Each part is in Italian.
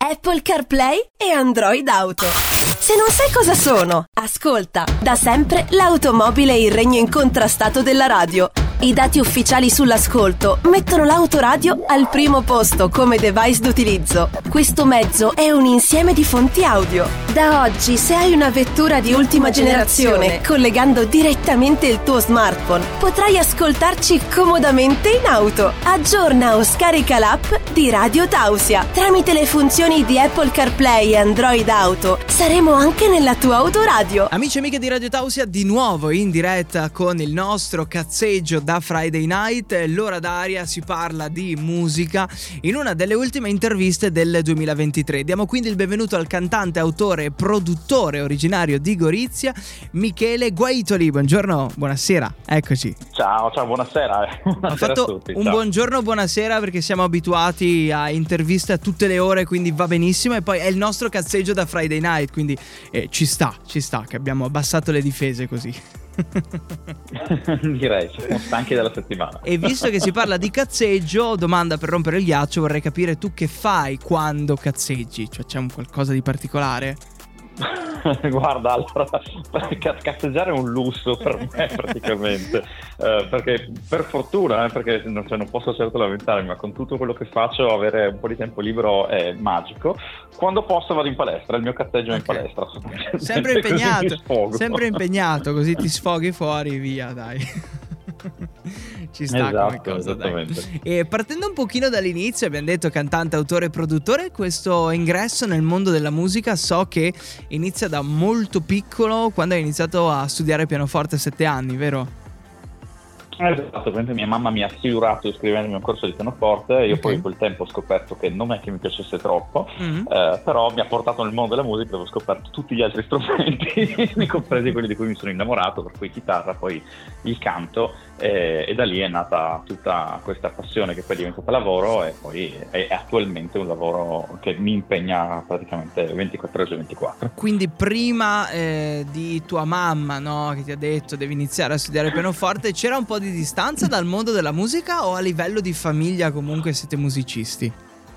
Apple CarPlay e Android Auto. Se non sai cosa sono, ascolta. Da sempre l'automobile è il regno incontrastato della radio. I dati ufficiali sull'ascolto mettono l'autoradio al primo posto come device d'utilizzo. Questo mezzo è un insieme di fonti audio. Da oggi, se hai una vettura di ultima generazione, collegando direttamente il tuo smartphone, potrai ascoltarci comodamente in auto. Aggiorna o scarica l'app di Radio Tausia. Tramite le funzioni di Apple CarPlay e Android Auto, saremo anche nella tua autoradio. Amici e amiche di Radio Tausia, di nuovo in diretta con il nostro cazzeggio da Friday Night. L'ora d'aria, si parla di musica in una delle ultime interviste del 2023. Diamo quindi il benvenuto al cantante, autore e produttore originario di Gorizia, Michele Guaitoli. Buongiorno, buonasera, eccoci. Ciao, buonasera. Ho fatto a tutti, un ciao. Buongiorno, buonasera, perché siamo abituati a interviste a tutte le ore, quindi va benissimo. E poi è il nostro cazzeggio da Friday Night, quindi ci sta che abbiamo abbassato le difese così. Direi, siamo stanchi della settimana. E visto che si parla di cazzeggio, domanda per rompere il ghiaccio, vorrei capire tu che fai quando cazzeggi, cioè c'è un qualcosa di particolare? Guarda, allora, cazzeggiare è un lusso per me praticamente, perché per fortuna, perché non posso certo lamentarmi, ma con tutto quello che faccio avere un po' di tempo libero è magico. Quando posso vado in palestra, il mio cazzeggio è in palestra. Sempre impegnato, così ti sfoghi fuori, via, dai. Ci sta, esatto, come cosa, esattamente. dai. E partendo un pochino dall'inizio, abbiamo detto cantante, autore e produttore, questo ingresso nel mondo della musica so che inizia da molto piccolo, quando hai iniziato a studiare pianoforte a 7 anni, vero? Esatto, mia mamma mi ha assicurato iscrivendomi a un corso di pianoforte. Io poi in quel tempo ho scoperto che non è che mi piacesse troppo, però mi ha portato nel mondo della musica, dove ho scoperto tutti gli altri strumenti, compresi quelli di cui mi sono innamorato, per cui chitarra, poi il canto, e da lì è nata tutta questa passione che poi è diventata lavoro, e poi è attualmente un lavoro che mi impegna praticamente 24 ore su 24. Quindi prima di tua mamma, no, che ti ha detto devi iniziare a studiare pianoforte, c'era un po' di distanza dal mondo della musica, o a livello di famiglia comunque siete musicisti?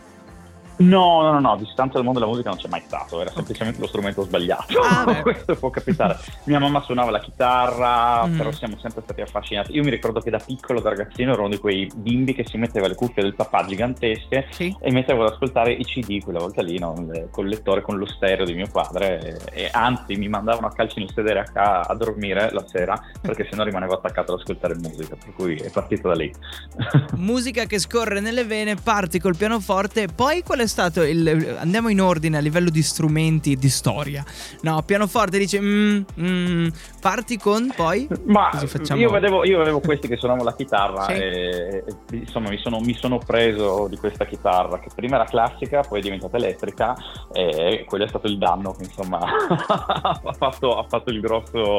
No, distanza dal mondo della musica non c'è mai stato, era semplicemente lo strumento sbagliato. Questo può capitare. Mia mamma suonava la chitarra, però siamo sempre stati affascinati. Io mi ricordo che da piccolo, da ragazzino, ero uno di quei bimbi che si metteva le cuffie del papà gigantesche, sì, e mettevo ad ascoltare i CD quella volta lì, no? Col lettore, con lo stereo di mio padre, e anzi mi mandavano a calci nel sedere a dormire la sera, perché sennò rimanevo attaccato ad ascoltare musica, per cui è partito da lì. Musica che scorre nelle vene, parti col pianoforte. Poi qual è stato andiamo in ordine a livello di strumenti, di storia. No, pianoforte dice parti con, poi ma così facciamo. io vedevo questi che suonavano la chitarra, sì, e insomma mi sono preso di questa chitarra, che prima era classica, poi è diventata elettrica, e quello è stato il danno che insomma ha fatto il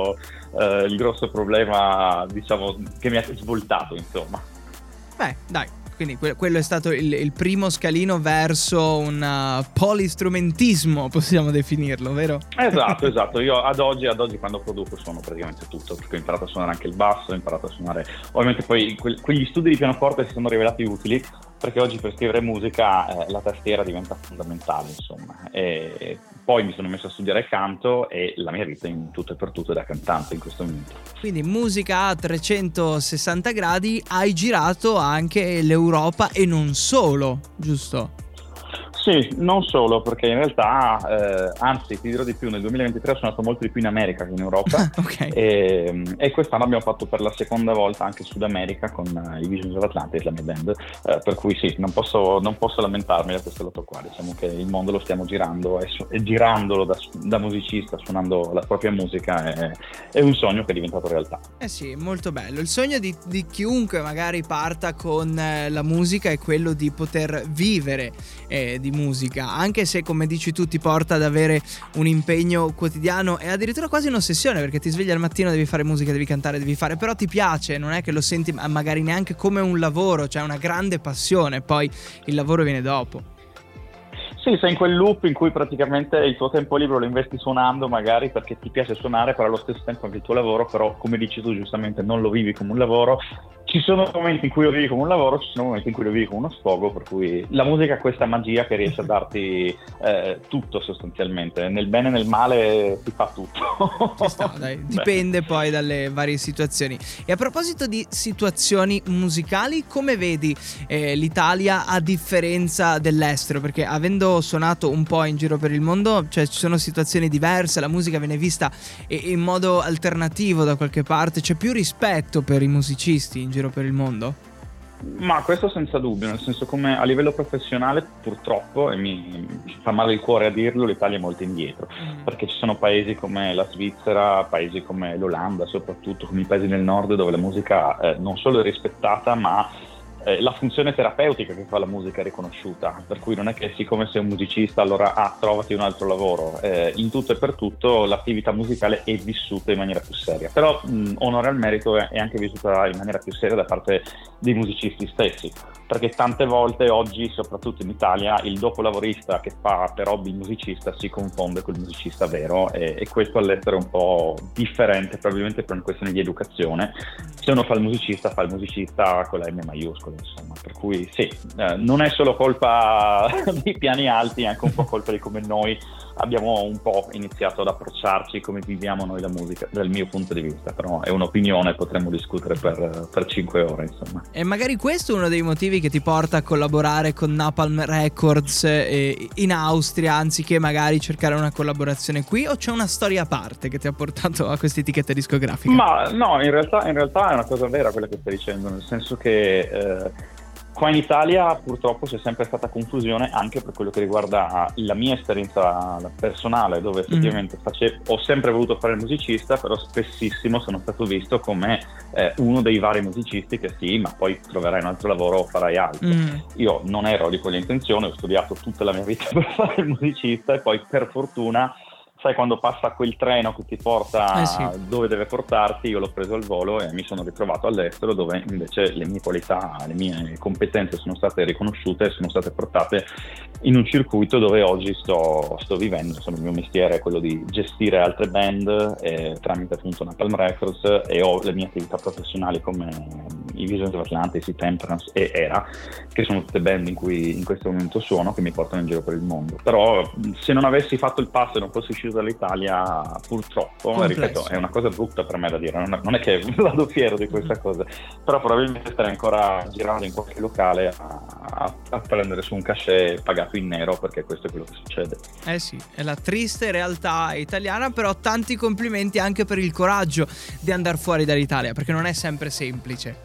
grosso problema, diciamo, che mi ha svoltato, insomma. Beh, dai. Quindi quello è stato il primo scalino verso un polistrumentismo, possiamo definirlo, vero? Esatto. Io ad oggi quando produco suono praticamente tutto, perché ho imparato a suonare anche il basso, ho imparato a suonare. Ovviamente poi quegli studi di pianoforte si sono rivelati utili, perché oggi per scrivere musica la tastiera diventa fondamentale, insomma. E poi mi sono messo a studiare canto, e la mia vita in tutto e per tutto è da cantante in questo momento. Quindi musica a 360 gradi, hai girato anche l'Europa e non solo, giusto? Sì, non solo, perché in realtà, anzi ti dirò di più, nel 2023 sono andato molto di più in America che in Europa. Okay. E quest'anno abbiamo fatto per la seconda volta anche Sud America con i Visions of Atlantis, la mia band, per cui sì, non posso lamentarmi da questo lato qua. Diciamo che il mondo lo stiamo girando, e girandolo da musicista, suonando la propria musica, è un sogno che è diventato realtà. Sì, molto bello. Il sogno di chiunque magari parta con la musica è quello di poter vivere di musica, anche se, come dici tu, ti porta ad avere un impegno quotidiano e addirittura quasi un'ossessione, perché ti svegli al mattino, devi fare musica, devi cantare, devi fare, però ti piace, non è che lo senti magari neanche come un lavoro, cioè una grande passione, poi il lavoro viene dopo. Sì, sei in quel loop in cui praticamente il tuo tempo libero lo investi suonando, magari perché ti piace suonare, però allo stesso tempo anche il tuo lavoro, però come dici tu giustamente non lo vivi come un lavoro. Ci sono momenti in cui lo vivi come un lavoro, ci sono momenti in cui lo vivi come uno sfogo, per cui la musica ha questa magia che riesce a darti tutto sostanzialmente, nel bene e nel male ti fa tutto. Ci sta, dai. Dipende poi dalle varie situazioni. E a proposito di situazioni musicali, come vedi l'Italia a differenza dell'estero? Perché avendo suonato un po' in giro per il mondo, cioè ci sono situazioni diverse, la musica viene vista in modo alternativo da qualche parte, c'è più rispetto per i musicisti in giro per il mondo? Ma questo senza dubbio, nel senso, come a livello professionale purtroppo, e mi fa male il cuore a dirlo, l'Italia è molto indietro, perché ci sono paesi come la Svizzera, paesi come l'Olanda, soprattutto come i paesi del nord, dove la musica non solo è rispettata, ma la funzione terapeutica che fa la musica è riconosciuta, per cui non è che siccome sei un musicista allora trovati un altro lavoro, in tutto e per tutto l'attività musicale è vissuta in maniera più seria, però onore al merito è anche vissuta in maniera più seria da parte dei musicisti stessi, perché tante volte oggi, soprattutto in Italia, il dopolavorista che fa per hobby il musicista si confonde col musicista vero, e questo all'estero è un po' differente, probabilmente per una questione di educazione. Se uno fa il musicista con la M maiuscola, insomma, per cui sì, non è solo colpa dei piani alti, è anche un po' colpa di come noi abbiamo un po' iniziato ad approcciarci, come viviamo noi la musica, dal mio punto di vista, però è un'opinione, potremmo discutere per 5 ore, insomma. E magari questo è uno dei motivi che ti porta a collaborare con Napalm Records in Austria, anziché magari cercare una collaborazione qui, o c'è una storia a parte che ti ha portato a questa etichetta discografica? Ma no, in realtà è una cosa vera quella che stai dicendo, nel senso che qua in Italia purtroppo c'è sempre stata confusione anche per quello che riguarda la mia esperienza personale, dove effettivamente ho sempre voluto fare il musicista, però spessissimo sono stato visto come uno dei vari musicisti che sì, ma poi troverai un altro lavoro o farai altro. Io non ero di quella intenzione, ho studiato tutta la mia vita per fare il musicista e poi per fortuna, sai, quando passa quel treno che ti porta dove deve portarti, io l'ho preso al volo e mi sono ritrovato all'estero, dove invece le mie qualità, le mie competenze sono state riconosciute e sono state portate in un circuito dove oggi sto vivendo. Insomma, il mio mestiere è quello di gestire altre band tramite appunto Napalm Records, e ho le mie attività professionali come i Visions of Atlantis, i Temperance e Era, che sono tutte band in cui in questo momento suono, che mi portano in giro per il mondo. Però se non avessi fatto il passo e non fossi uscito dall'Italia, purtroppo, ripeto, è una cosa brutta per me da dire, non è che vado fiero di questa cosa, però probabilmente starei ancora girando in qualche locale a prendere su un cachet pagato in nero, perché questo è quello che succede. Sì, è la triste realtà italiana, però tanti complimenti anche per il coraggio di andare fuori dall'Italia, perché non è sempre semplice.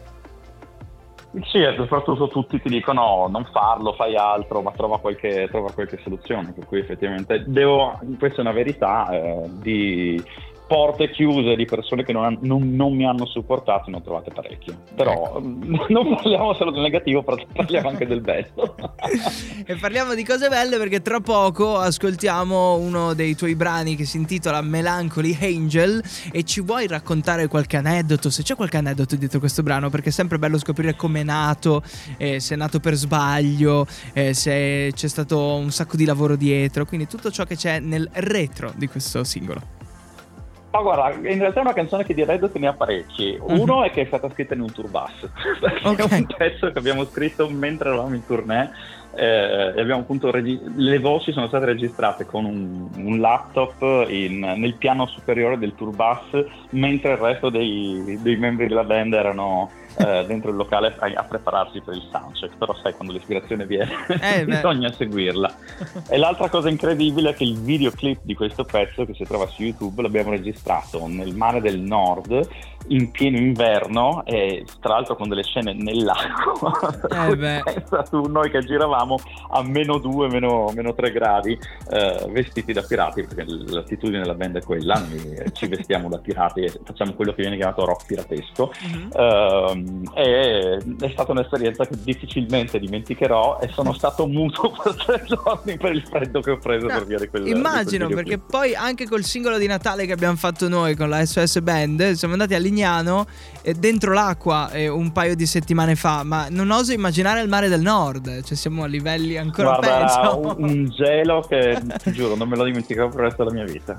Sì, soprattutto tutti ti dicono non farlo, fai altro, ma trova qualche soluzione, per cui effettivamente questa è una verità, di porte chiuse di persone che non mi hanno supportato, ne ho trovate parecchie, però non parliamo solo del negativo, parliamo anche del bello. E parliamo di cose belle, perché tra poco ascoltiamo uno dei tuoi brani che si intitola Melancholy Angel, e ci vuoi raccontare qualche aneddoto, se c'è qualche aneddoto dietro questo brano, perché è sempre bello scoprire come è nato, se è nato per sbaglio, se c'è stato un sacco di lavoro dietro, quindi tutto ciò che c'è nel retro di questo singolo. Ma guarda, in realtà è una canzone che di Red ne ha parecchi. Uno è che è stata scritta in un tour bus, perché è un pezzo che abbiamo scritto mentre eravamo in tournée, e abbiamo appunto le voci sono state registrate con un laptop nel piano superiore del tour bus, mentre il resto dei membri della band erano dentro il locale a prepararsi per il soundcheck. Però sai, quando l'ispirazione viene bisogna seguirla. E l'altra cosa incredibile è che il videoclip di questo pezzo, che si trova su YouTube, l'abbiamo registrato nel mare del nord in pieno inverno, e tra l'altro con delle scene nell'acqua. Pensa tu, noi che giravamo a -2, -3 gradi, vestiti da pirati, perché l'attitudine della band è quella, noi ci vestiamo da pirati e facciamo quello che viene chiamato rock piratesco. è stata un'esperienza che difficilmente dimenticherò, e sono stato muto per 3 giorni per il freddo che ho preso per via di quel immagino, perché poi anche col singolo di Natale che abbiamo fatto noi con la SOS Band siamo andati a Lignano dentro l'acqua un paio di settimane fa, ma non oso immaginare il mare del nord, cioè siamo a livelli ancora peggio. Un gelo che ti giuro non me lo dimenticherò per il resto della mia vita.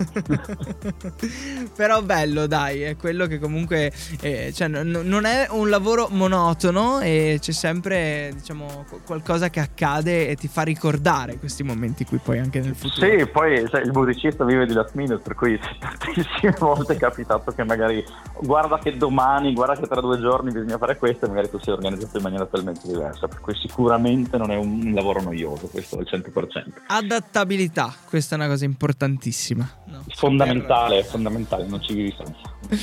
Però bello, dai, è quello che comunque cioè, non è un lavoro monotono, e c'è sempre, diciamo, qualcosa che accade e ti fa ricordare questi momenti qui poi anche nel futuro. Sì, poi il musicista vive di last minute, per cui tantissime volte è capitato che magari guarda che domani, guarda che tra 2 giorni bisogna fare questo, e magari tu sei organizzato in maniera talmente diversa, per cui sicuramente non è un lavoro noioso questo al 100%. Adattabilità, questa è una cosa importantissima, no? Fondamentale, non ci vivi senza.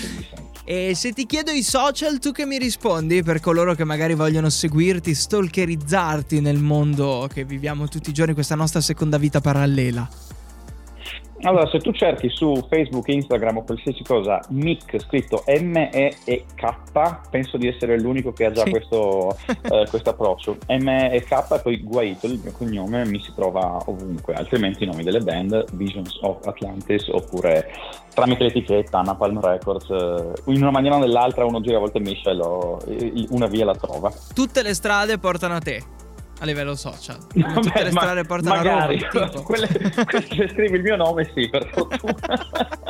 E se ti chiedo i social, tu che mi rispondi per coloro che magari vogliono seguirti, stalkerizzarti nel mondo che viviamo tutti i giorni, questa nostra seconda vita parallela? Allora, se tu cerchi su Facebook, Instagram o qualsiasi cosa Mick, scritto M-E-E-K, penso di essere l'unico che ha già questo approccio. M-E-K e poi Guaito, il mio cognome, mi si trova ovunque. Altrimenti i nomi delle band, Visions of Atlantis, oppure tramite l'etichetta Napalm Records, in una maniera o nell'altra uno gira a volte Michel, una via la trova. Tutte le strade portano a te a livello social. Vabbè, tutte le strade portano magari, a Roma, tipo. Quelle se scrivi il mio nome, sì, per fortuna.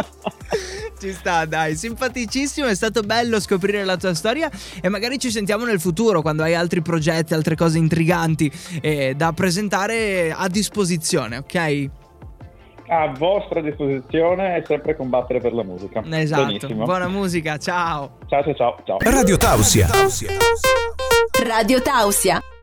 Ci sta, dai, simpaticissimo, è stato bello scoprire la tua storia, e magari ci sentiamo nel futuro quando hai altri progetti, altre cose intriganti da presentare a disposizione, ok? A vostra disposizione, è sempre combattere per la musica. Esatto. Benissimo. Buona musica, ciao. Ciao. Radio Tausia. Radio Tausia.